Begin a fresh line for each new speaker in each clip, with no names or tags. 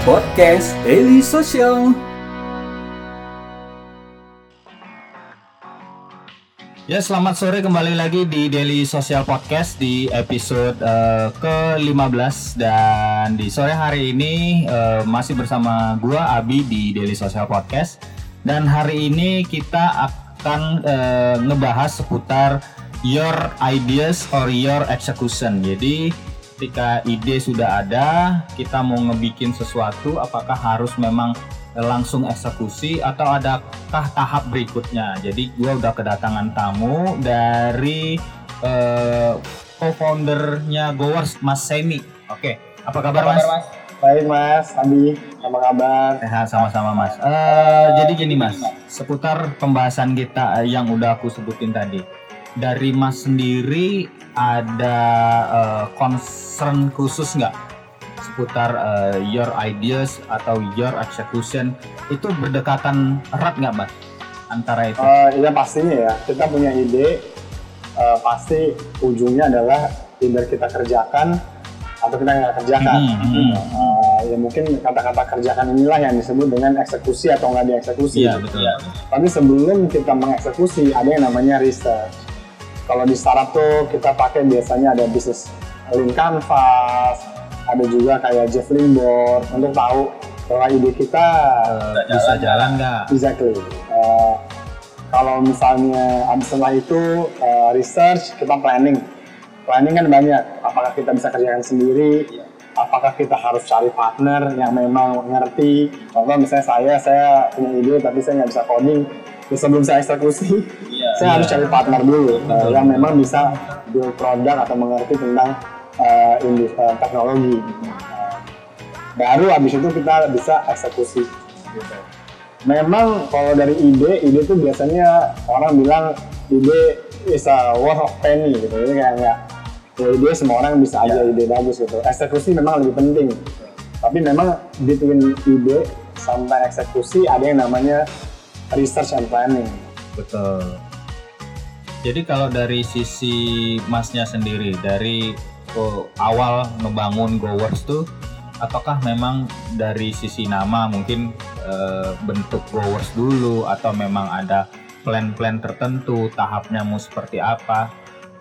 Podcast Daily Social.
Ya, selamat sore, kembali lagi di Daily Social Podcast di episode ke-15. Dan di sore hari ini masih bersama gua Abi di Daily Social Podcast. Dan hari ini kita akan ngebahas seputar your ideas or your execution. Jadi ketika ide sudah ada, kita mau ngebikin sesuatu, apakah harus memang langsung eksekusi atau adakah tahap berikutnya? Jadi gue udah kedatangan tamu dari co-foundernya Goers, Mas Semi. Oke, apa kabar Mas?
Baik Mas, Abi, apa kabar?
Sehat, sama-sama Mas. Jadi gini Mas, seputar pembahasan kita yang udah aku sebutin tadi. Dari Mas sendiri ada concern khusus nggak seputar your ideas atau your execution itu berdekatan erat nggak Mas antara itu?
Iya pastinya ya, kita punya ide pasti ujungnya adalah either kita kerjakan atau kita nggak kerjakan. Ya mungkin kata-kata kerjakan inilah yang disebut dengan eksekusi atau nggak dieksekusi.
Iya betul.
Tapi sebelum kita mengeksekusi ada yang namanya research. Kalau di startup tuh kita pakai biasanya ada business lean canvas, ada juga kayak Javelin board untuk tahu bahwa ide kita
bisa jalan nggak?
Exactly. Kalau misalnya setelah itu research, kita planning. Planning kan banyak. Apakah kita bisa kerjakan sendiri? Apakah kita harus cari partner yang memang ngerti? Contoh misalnya saya punya ide tapi saya nggak bisa coding. Terus sebelum saya eksekusi, saya harus cari partner dulu yang memang bisa build produk atau mengerti tentang teknologi. Baru habis itu kita bisa eksekusi. Memang kalau dari ide itu biasanya orang bilang ide is a worth of penny gitu. Jadi kayak nggak, ya ide semua orang bisa aja ide bagus gitu. Eksekusi memang lebih penting. Tapi memang between ide sampai eksekusi ada yang namanya research and planning.
Betul. Jadi kalau dari sisi Masnya sendiri, dari awal ngebangun Goers tuh, apakah memang dari sisi nama mungkin bentuk Goers dulu, atau memang ada plan-plan tertentu, tahapnya mau seperti apa?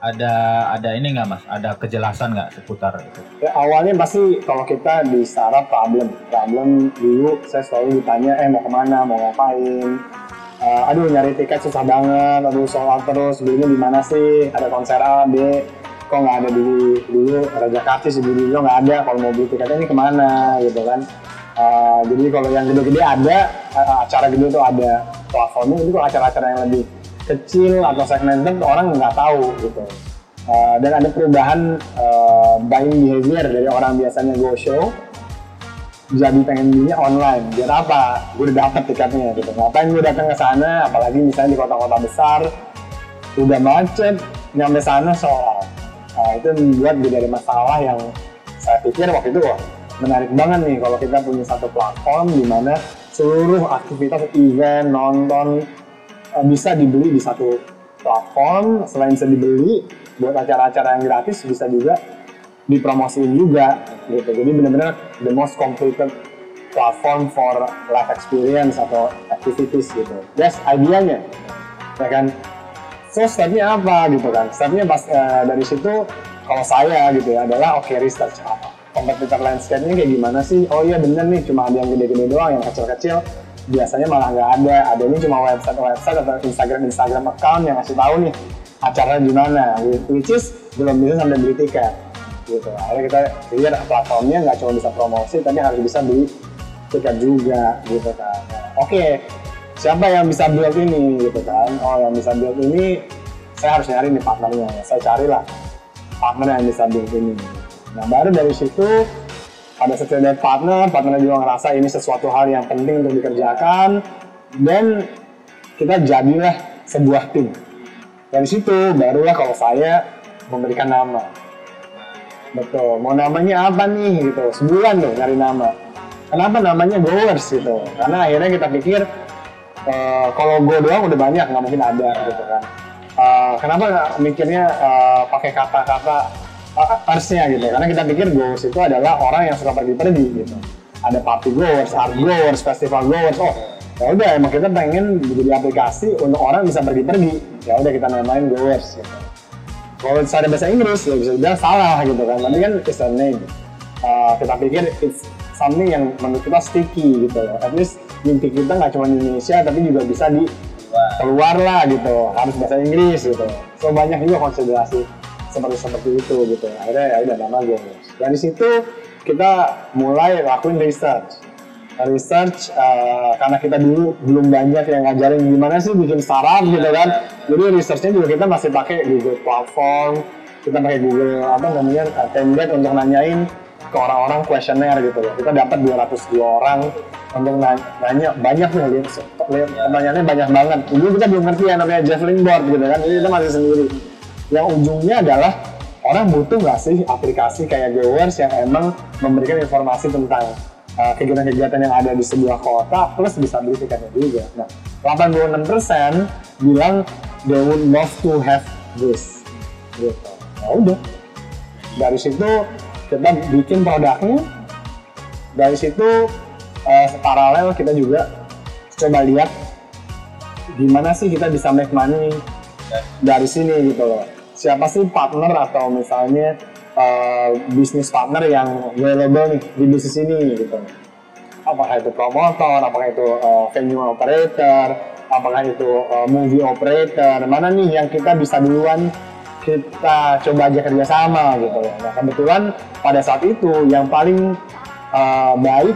Ada ini nggak Mas? Ada kejelasan nggak seputar itu?
Ya, awalnya pasti kalau kita di startup problem dulu saya selalu ditanya mau kemana, mau ngapain, aduh nyari tiket susah banget, aduh sold out terus, belinya di mana sih, ada konser A, B, kok nggak ada di dulu Raja Karcis di dulu nggak ada, kalau mau beli tiketnya ini kemana gitu kan. Jadi kalau yang gede-gede ada, acara gede itu ada, platformnya itu acara-acara yang lebih kecil atau segmented orang nggak tahu gitu. Dan ada perubahan buying behavior dari orang biasanya go show jadi pengen belinya online. Biar apa? Gue udah dapet tiketnya gitu. Ngapain gue datang ke sana? Apalagi misalnya di kota-kota besar udah macet, nyampe sana soal. Itu membuat jadi masalah yang saya pikir waktu itu menarik banget nih kalau kita punya satu platform di mana seluruh aktivitas event, nonton bisa dibeli di satu platform. Selain bisa dibeli, buat acara-acara yang gratis bisa juga dipromosiin juga gitu. Jadi benar-benar the most completed platform for live experience atau activities gitu. Yes, idenya ya kan. So stepnya apa gitu kan? Stepnya pas dari situ kalau saya gitu ya adalah research apa competitor landscape-nya kayak gimana sih? Oh iya bener nih, cuma ada yang gede-gede doang, yang kecil-kecil biasanya malah nggak ada. Adanya cuma website atau Instagram account yang ngasih tahu nih acaranya di mana, which is belum bisa sampai beli tiket gitu. Akhirnya kita lihat platformnya nggak cuma bisa promosi, tapi harus bisa beli tiket juga gitu kan. Oke, siapa yang bisa build ini gitu kan? Oh yang bisa build ini, saya harus nyari nih partnernya. Saya carilah partner yang bisa build ini. Nah baru dari situ ada sekedar partner juga ngerasa ini sesuatu hal yang penting untuk dikerjakan, dan kita jadilah sebuah tim. Dari situ barulah kalau saya memberikan nama. Betul, mau namanya apa nih gitu, sebulan tuh nyari nama. Kenapa namanya Goers gitu? Karena akhirnya kita pikir kalau Go doang udah banyak, nggak mungkin ada gitu kan. Kenapa mikirnya pakai kata-kata persnya gitu? Karena kita pikir Goers itu adalah orang yang suka pergi-pergi gitu. ada party goers, art goers, festival goers. Oh, ya udah emang kita pengen jadi aplikasi untuk orang bisa pergi-pergi. Ya udah kita namain goers gitu. Kalau ada bahasa Inggris ya bisa dibilang salah gitu kan. Tapi kan it's a name. Kita pikir it's something yang menurut kita sticky gitu. At least mimpi kita nggak cuma di Indonesia tapi juga bisa di keluar lah gitu. Harus bahasa Inggris gitu. So banyak juga konsiderasi seperti itu gitu. Akhirnya ya udah nama goers. Dari situ kita mulai lakuin research karena kita dulu belum banyak yang ngajarin gimana sih bikin startup gitu kan. Jadi researchnya juga kita masih pakai Google platform, kita pakai Google template untuk nanyain ke orang-orang kuesioner gitu loh. Kita dapat 202 orang untuk nanya banyak nih, pertanyaannya banyak banget. Dulu kita belum ngerti yang namanya Javelin board gitu kan, jadi kita masih sendiri. Yang ujungnya adalah orang butuh nggak sih aplikasi kayak Goers yang emang memberikan informasi tentang kegiatan-kegiatan yang ada di sebuah kota plus bisa beli tiketnya juga. Nah, 86% bilang they would love to have this gitu. Ya udah, dari situ kita bikin produknya. Dari situ paralel kita juga coba lihat gimana sih kita bisa make money dari sini gitu loh. Siapa sih partner atau misalnya bisnis partner yang available nih di bisnis ini gitu. Apakah itu promotor, apakah itu venue operator, apakah itu movie operator, mana nih yang kita bisa duluan kita coba aja kerjasama gitu. Nah kebetulan pada saat itu yang paling baik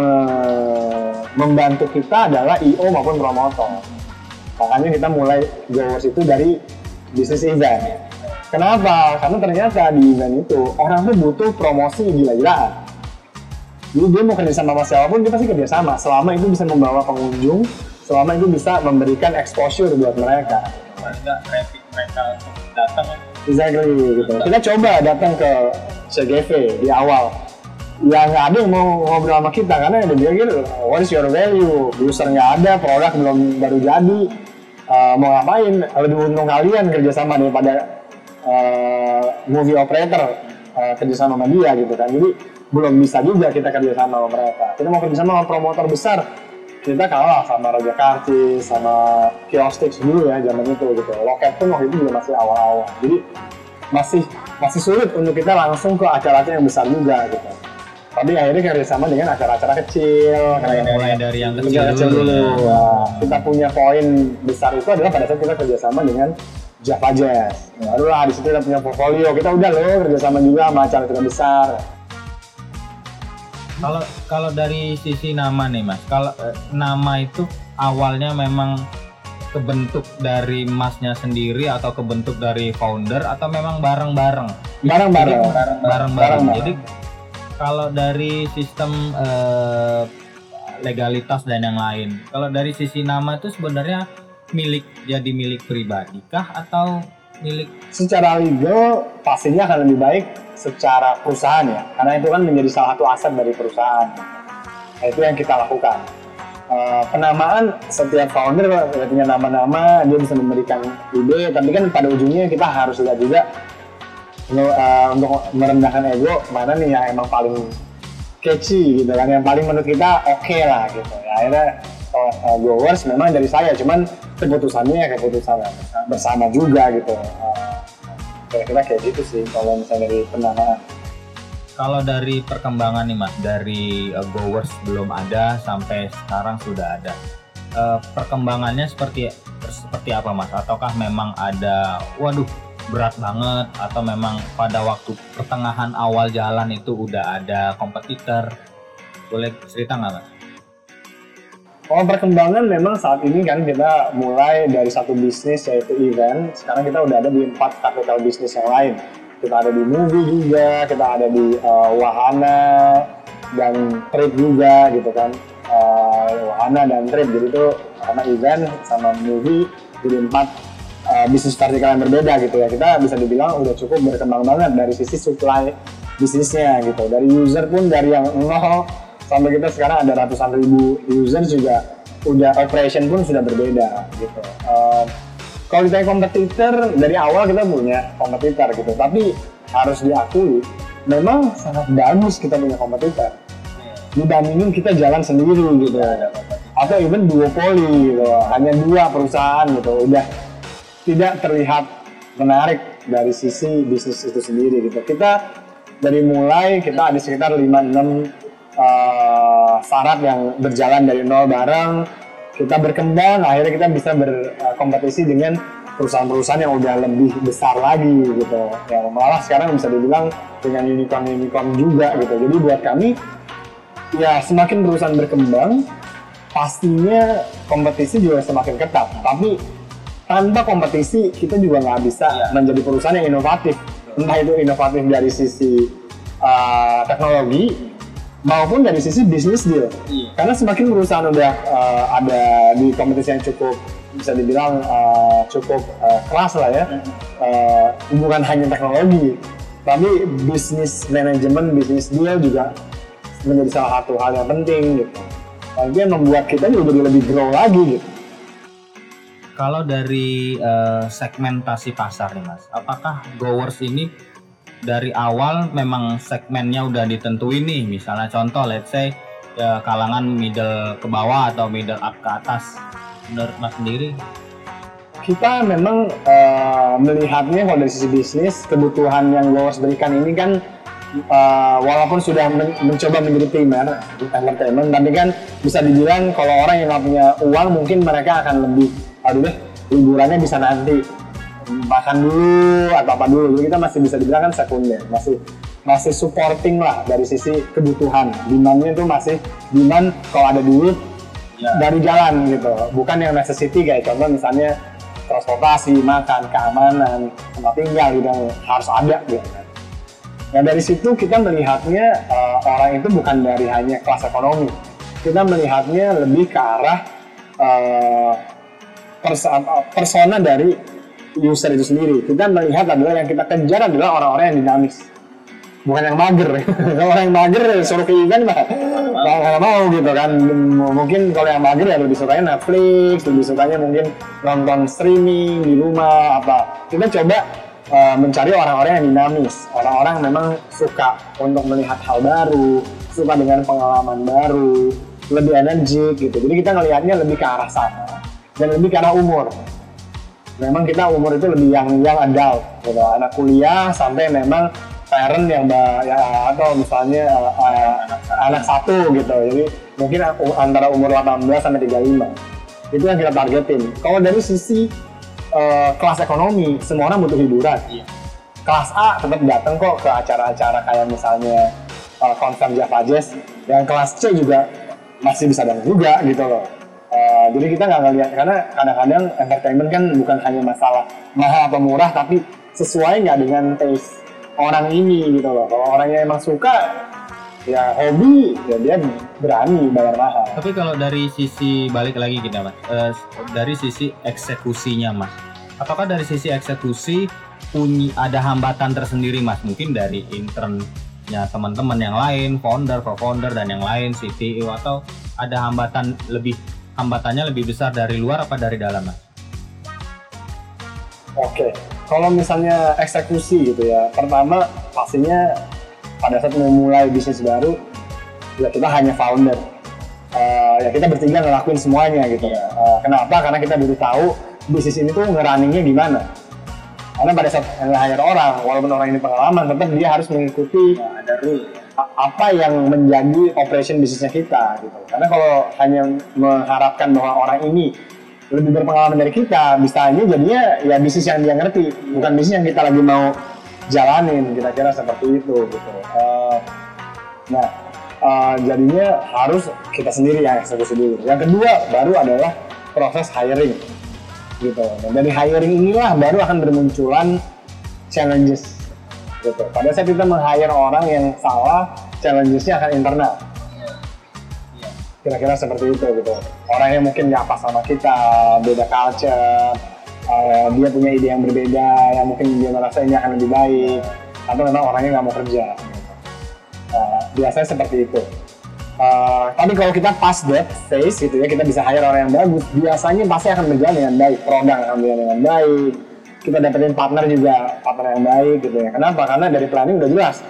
membantu kita adalah I.O maupun promotor. Makanya kita mulai Goers itu dari bisnis event. Kenapa? Karena ternyata di event itu orang tuh butuh promosi gila-gilaan. Jadi dia mau kerjasama sama siapapun, dia pasti kerjasama. Selama itu bisa membawa pengunjung, selama itu bisa memberikan exposure buat mereka.
Enggak traffic mereka datang.
Exactly gitu. Kita coba datang ke CGV di awal. Ya nggak ada yang mau ngobrol sama kita karena dia bilang gitu, what is your value? User nggak ada, produk belum baru jadi. Mau ngapain? Lebih untung kalian kerjasama daripada movie operator kerjasama sama dia gitu kan. Jadi belum bisa juga kita kerjasama sama mereka. Kita mau kerjasama sama promotor besar, kita kalah sama Raja Karcis, sama Kiostix dulu ya zaman itu gitu. Loket pun waktu itu juga masih awal-awal. Jadi masih sulit untuk kita langsung ke acara-acara yang besar juga gitu. Tapi akhirnya kerjasama dengan acara-acara kecil,
mulai dari yang kecil
dulu. Nah, kita punya poin besar itu adalah pada saat kita kerjasama dengan Java Jazz. Barulah di situ kita punya portfolio. Kita udah loh kerjasama juga sama acara-acara besar.
Kalau dari sisi nama nih Mas, kalau nama itu awalnya memang kebentuk dari Masnya sendiri atau kebentuk dari founder atau memang bareng-bareng? Bareng-bareng. Jadi kalau dari sistem legalitas dan yang lain, kalau dari sisi nama itu sebenarnya jadi milik pribadi kah atau milik?
Secara legal pastinya akan lebih baik secara perusahaan ya, karena itu kan menjadi salah satu aset dari perusahaan. Nah, itu yang kita lakukan. Penamaan setiap founder punya nama-nama, dia bisa memberikan ide, tapi kan pada ujungnya kita harus lihat juga untuk merendahkan ego mana nih yang emang paling catchy gitu kan, yang paling menurut kita oke lah gitu. Ya, akhirnya Goers memang dari saya, cuman keputusannya bersama juga gitu. Kira-kira kayak gitu sih kalau misalnya dari penamaan.
Kalau dari perkembangan nih Mas, dari Goers belum ada sampai sekarang sudah ada. Perkembangannya seperti apa Mas? Ataukah memang ada, waduh berat banget, atau memang pada waktu pertengahan awal jalan itu udah ada kompetitor? Boleh cerita nggak Mas?
Kalau perkembangan memang saat ini kan kita mulai dari satu bisnis yaitu event, sekarang kita udah ada di 4 vertical bisnis yang lain. Kita ada di movie juga, kita ada di wahana dan trip juga gitu kan. Wahana dan trip, jadi itu karena event sama movie jadi 4 bisnis vertikal yang berbeda gitu ya. Kita bisa dibilang udah cukup berkembang banget dari sisi supply bisnisnya gitu. Dari user pun dari yang 0 sampai kita sekarang ada ratusan ribu user juga, udah operation pun sudah berbeda gitu. Kalau ditanya kompetitor, dari awal kita punya kompetitor gitu, tapi harus diakui memang sangat bagus kita punya kompetitor. dibandingin kita jalan sendiri gitu, atau even duopoli gitu, hanya 2 perusahaan gitu, udah tidak terlihat menarik dari sisi bisnis itu sendiri gitu. Kita dari mulai kita ada sekitar 5-6 startup yang berjalan dari nol bareng, kita berkembang, akhirnya kita bisa berkompetisi dengan perusahaan-perusahaan yang udah lebih besar lagi gitu, ya malah sekarang bisa dibilang dengan unicorn juga gitu. Jadi buat kami ya semakin perusahaan berkembang pastinya kompetisi juga semakin ketat, tapi tanpa kompetisi kita juga nggak bisa menjadi perusahaan yang inovatif, entah itu inovatif dari sisi teknologi maupun dari sisi bisnis deal. Karena semakin perusahaan udah ada di kompetisi yang cukup bisa dibilang cukup kelas lah ya, bukan hanya teknologi, tapi bisnis manajemen, bisnis deal juga menjadi salah satu hal yang penting gitu. Itu yang membuat kita juga lebih grow lagi gitu.
Kalau dari segmentasi pasar nih Mas, apakah Gowers ini dari awal memang segmennya udah ditentuin nih, misalnya contoh let's say kalangan middle ke bawah atau middle up ke atas, menurut Mas sendiri?
Kita memang melihatnya kalau dari sisi bisnis, kebutuhan yang Gowers berikan ini kan walaupun sudah mencoba menjadi primer entertainment, tapi kan bisa dibilang kalau orang yang nggak punya uang mungkin mereka akan lebih aduh deh liburannya bisa nanti, makan dulu atau apa dulu. Jadi kita masih bisa dibilang kan sekunder, masih supporting lah dari sisi kebutuhan. Demandnya itu masih demand kalau ada duit dari jalan gitu, bukan yang necessity kayak contoh misalnya transportasi, makan, keamanan, tempat tinggal gitu harus ada gitu. Nah dari situ kita melihatnya orang itu bukan dari hanya kelas ekonomi, kita melihatnya lebih ke arah persona dari user itu sendiri. Kita melihat adalah yang kita kejar adalah orang-orang yang dinamis, bukan yang mager. Kalau orang yang mager suruh ke event mah nggak mau gitu kan. Mungkin kalau yang mager ya lebih sukanya Netflix, lebih sukanya mungkin nonton streaming di rumah apa. Kita coba mencari orang-orang yang dinamis, orang-orang memang suka untuk melihat hal baru, suka dengan pengalaman baru, lebih energik gitu. Jadi kita ngelihatnya lebih ke arah sana dan lebih ke arah umur. Memang kita umur itu lebih yang adult gitu, anak kuliah sampai memang parent yang atau misalnya anak satu gitu. Jadi mungkin antara umur 18 sampai 35 itu yang kita targetin. Kalau dari sisi kelas ekonomi, semua orang butuh hiburan. Kelas A tetap datang kok ke acara-acara kayak misalnya konser Java Jazz, dan kelas C juga masih bisa datang juga gitu loh. Jadi kita nggak ngelihat, karena kadang-kadang entertainment kan bukan hanya masalah mahal atau murah, tapi sesuai nggak dengan taste orang ini gitu loh. Kalau orangnya emang suka, ya hobi, ya dia berani bayar mahal.
Tapi kalau dari sisi balik lagi kita Mas, dari sisi eksekusinya Mas, apakah dari sisi eksekusi ada hambatan tersendiri Mas? Mungkin dari internnya teman-teman yang lain, founder, co-founder dan yang lain, CTO, atau ada hambatannya lebih besar dari luar apa dari dalam Mas?
Oke, kalau misalnya eksekusi gitu ya, pertama pastinya pada saat memulai bisnis baru, ya kita hanya founder, ya kita bertiga ngelakuin semuanya gitu. Kenapa? Karena kita baru tahu bisnis ini tuh ngerunningnya gimana. Karena pada saat nge-hire orang, walaupun orang ini pengalaman, tetap dia harus mengikuti ada rule apa yang menjadi operation bisnisnya kita gitu. Karena kalau hanya mengharapkan bahwa orang ini lebih berpengalaman dari kita, bisa aja jadinya ya bisnis yang dia ngerti, bukan bisnis yang kita lagi mau jalanin, kira-kira seperti itu gitu. Jadinya harus kita sendiri yang eksekusi dulu. Yang kedua baru adalah proses hiring gitu. Dan dari hiring inilah baru akan bermunculan challenges gitu. Pada saat kita meng-hire orang yang salah, challenges-nya akan internal. Kira-kira seperti itu gitu. Orang yang mungkin nggak pas sama kita, beda culture, dia punya ide yang berbeda, yang mungkin dia merasa ini akan lebih baik, atau memang orangnya nggak mau kerja. Biasanya seperti itu. Tapi kalau kita pass that phase gitu ya, kita bisa hire orang yang bagus, biasanya pasti akan berjalan dengan baik, produk akan berjalan dengan baik, kita dapetin partner juga, partner yang baik gitu ya. Kenapa? Karena dari planning udah jelas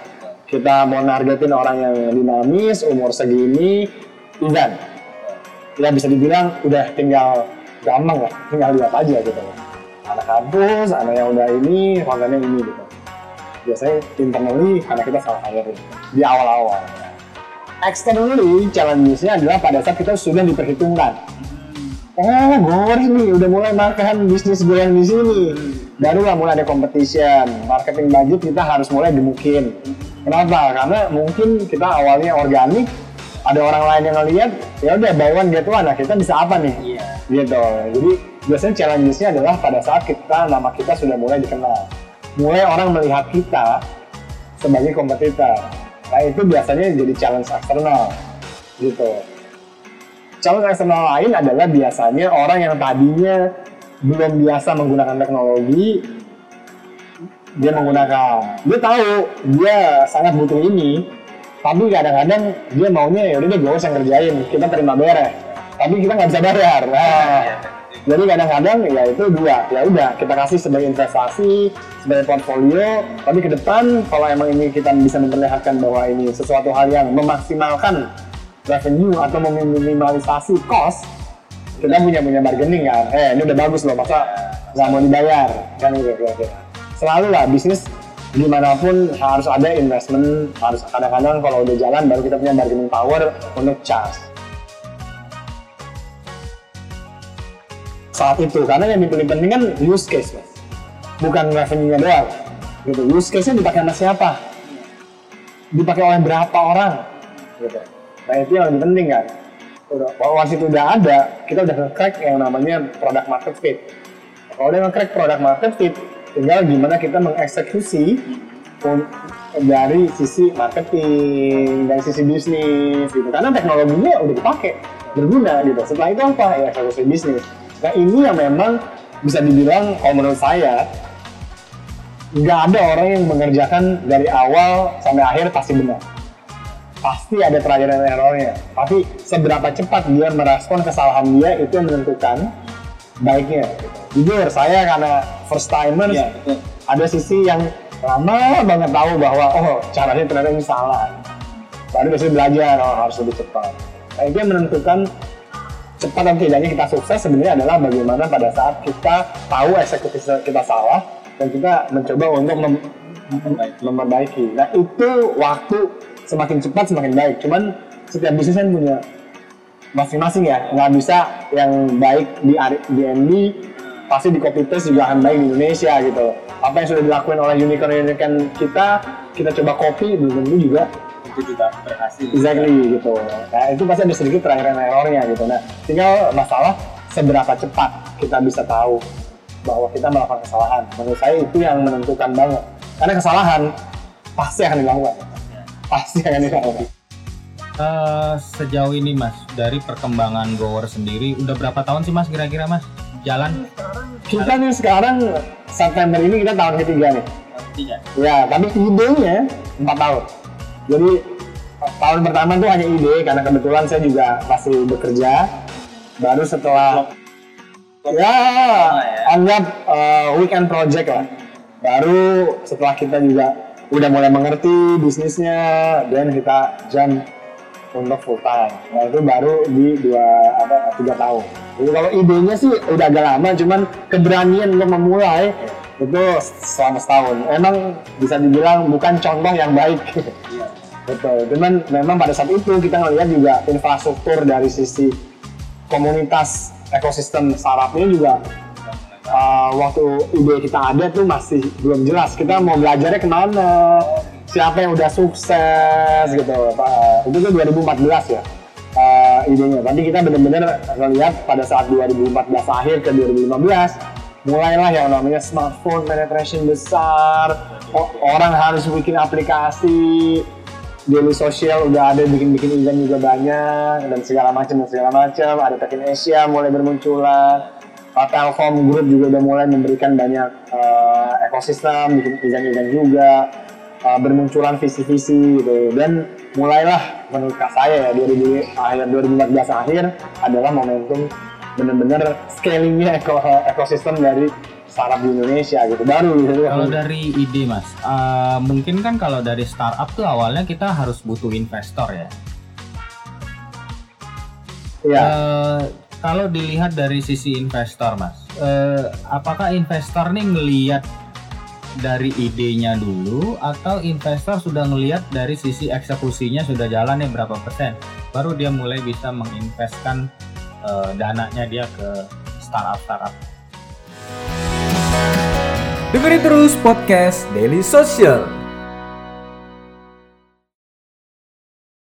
kita mau nargetin orang yang dinamis, umur segini, event. Ya bisa dibilang udah tinggal gampang lah, tinggal lihat aja gitu. Anak kampus, anak yang udah ini, kontennya ini gitu. Biasanya internally karena kita salah hiring di awal-awal. Externally, challenge-nya adalah pada saat kita sudah diperhitungkan. Oh, gue nih udah mulai makan bisnis gue yang di sini. Barulah mulai ada competition, marketing budget kita harus mulai gemukin. Kenapa? Karena mungkin kita awalnya organik, ada orang lain yang ngeliat, ya udah buy one get one, nah kita bisa apa nih? Gitu. Jadi biasanya challenge-nya adalah pada saat nama kita sudah mulai dikenal, mulai orang melihat kita sebagai kompetitor. Nah itu biasanya jadi challenge eksternal, gitu. Challenge eksternal lain adalah biasanya orang yang tadinya belum biasa menggunakan teknologi, dia menggunakan, dia tahu dia sangat butuh ini, tapi kadang-kadang dia maunya ya udah deh gue usah ngerjain, kita terima beres, tapi kita nggak bisa bayar. Nah, jadi kadang-kadang ya itu dua, ya udah kita kasih sebagai investasi, sebagai portfolio, tapi ke depan kalau emang ini kita bisa memperlihatkan bahwa ini sesuatu hal yang memaksimalkan revenue atau meminimalisasi cost, kita punya bargaining kan, ini udah bagus loh, masa nggak mau dibayar kan gitu. Selalu lah bisnis dimanapun harus ada investment, harus kadang-kadang kalau udah jalan baru kita punya bargaining power untuk charge. Saat itu, karena yang paling penting kan use case mas, bukan revenue-nya doang gitu. Use case-nya dipakai sama siapa, dipakai oleh berapa orang gitu. Nah itu yang lebih penting kan. Once itu udah ada, kita udah nge-crack yang namanya product market fit. Kalau udah nge-crack product market fit, tinggal gimana kita mengeksekusi dari sisi marketing, dari sisi bisnis gitu. Karena teknologinya udah dipakai, berguna gitu. Setelah itu apa? Ya eksekusi bisnis. Nah ini yang memang bisa dibilang, kalau menurut saya, nggak ada orang yang mengerjakan dari awal sampai akhir pasti benar. Pasti ada trial and error-nya. Tapi seberapa cepat dia merespon kesalahan dia itu yang menentukan baiknya. Jujur, saya karena first timer, ada sisi yang lama banget tahu bahwa oh caranya ternyata ini salah. Baru bisa belajar, harus lebih cepat. Nah itu yang menentukan cepat atau tidaknya kita sukses sebenarnya adalah bagaimana pada saat kita tahu eksekusi kita salah dan kita mencoba untuk memperbaiki. Nah itu waktu semakin cepat semakin baik. Cuman setiap bisnis kan punya masing-masing ya, nggak bisa yang baik di DNB pasti di copy paste juga akan baik di Indonesia gitu. Apa yang sudah dilakukan oleh unicorn kita coba copy, belum tentu juga
itu juga berhasil.
Exactly gitu. Nah itu pasti ada sedikit trial and error-nya gitu. Nah tinggal masalah seberapa cepat kita bisa tahu bahwa kita melakukan kesalahan. Menurut saya itu yang menentukan banget. Karena kesalahan pasti akan dilakukan. Pasti akan dilakukan.
Sejauh ini mas, dari perkembangan Goer sendiri, udah berapa tahun sih mas kira-kira mas jalan?
Kita nih sekarang September ini kita tahun ketiga nih. Ya, tapi idenya 4 tahun. Jadi tahun pertama tuh hanya ide, karena kebetulan saya juga masih bekerja. Baru setelah anggap weekend project lah. Baru setelah kita juga udah mulai mengerti bisnisnya, dan kita jump untuk full time. Nah itu baru di 3 tahun. Jadi kalau idenya sih udah agak lama, cuman keberanian untuk memulai itu selama setahun. Emang bisa dibilang bukan contoh yang baik. Betul. Cuman memang pada saat itu kita ngelihat juga infrastruktur dari sisi komunitas ekosistem startupnya juga waktu ide kita ada tuh masih belum jelas. Kita mau belajarnya kemana, siapa yang udah sukses gitu. Itu tuh 2014 ya idenya. Tapi kita benar-benar ngelihat pada saat 2014 akhir ke 2015 mulailah yang namanya smartphone penetration besar. Orang harus bikin aplikasi, daily social udah ada, bikin event juga banyak dan segala macam. Ada Tekin Asia mulai bermunculan. Telkom Group juga udah mulai memberikan banyak ekosistem, bikin event-event juga, bermunculan visi-visi gitu. Dan mulailah menurut saya ya akhir 2014 akhir adalah momentum benar-benar scalingnya ekosistem dari startup di Indonesia gitu baru gitu.
Kalau dari ide Mas, mungkin kan kalau dari startup tuh awalnya kita harus butuh investor ya.
Iya.
Kalau dilihat dari sisi investor Mas, apakah investor nih ngelihat dari idenya dulu atau investor sudah ngelihat dari sisi eksekusinya sudah jalan nih berapa persen, baru dia mulai bisa menginvestkan dananya dia ke startup.
Dengerin terus podcast Daily Social.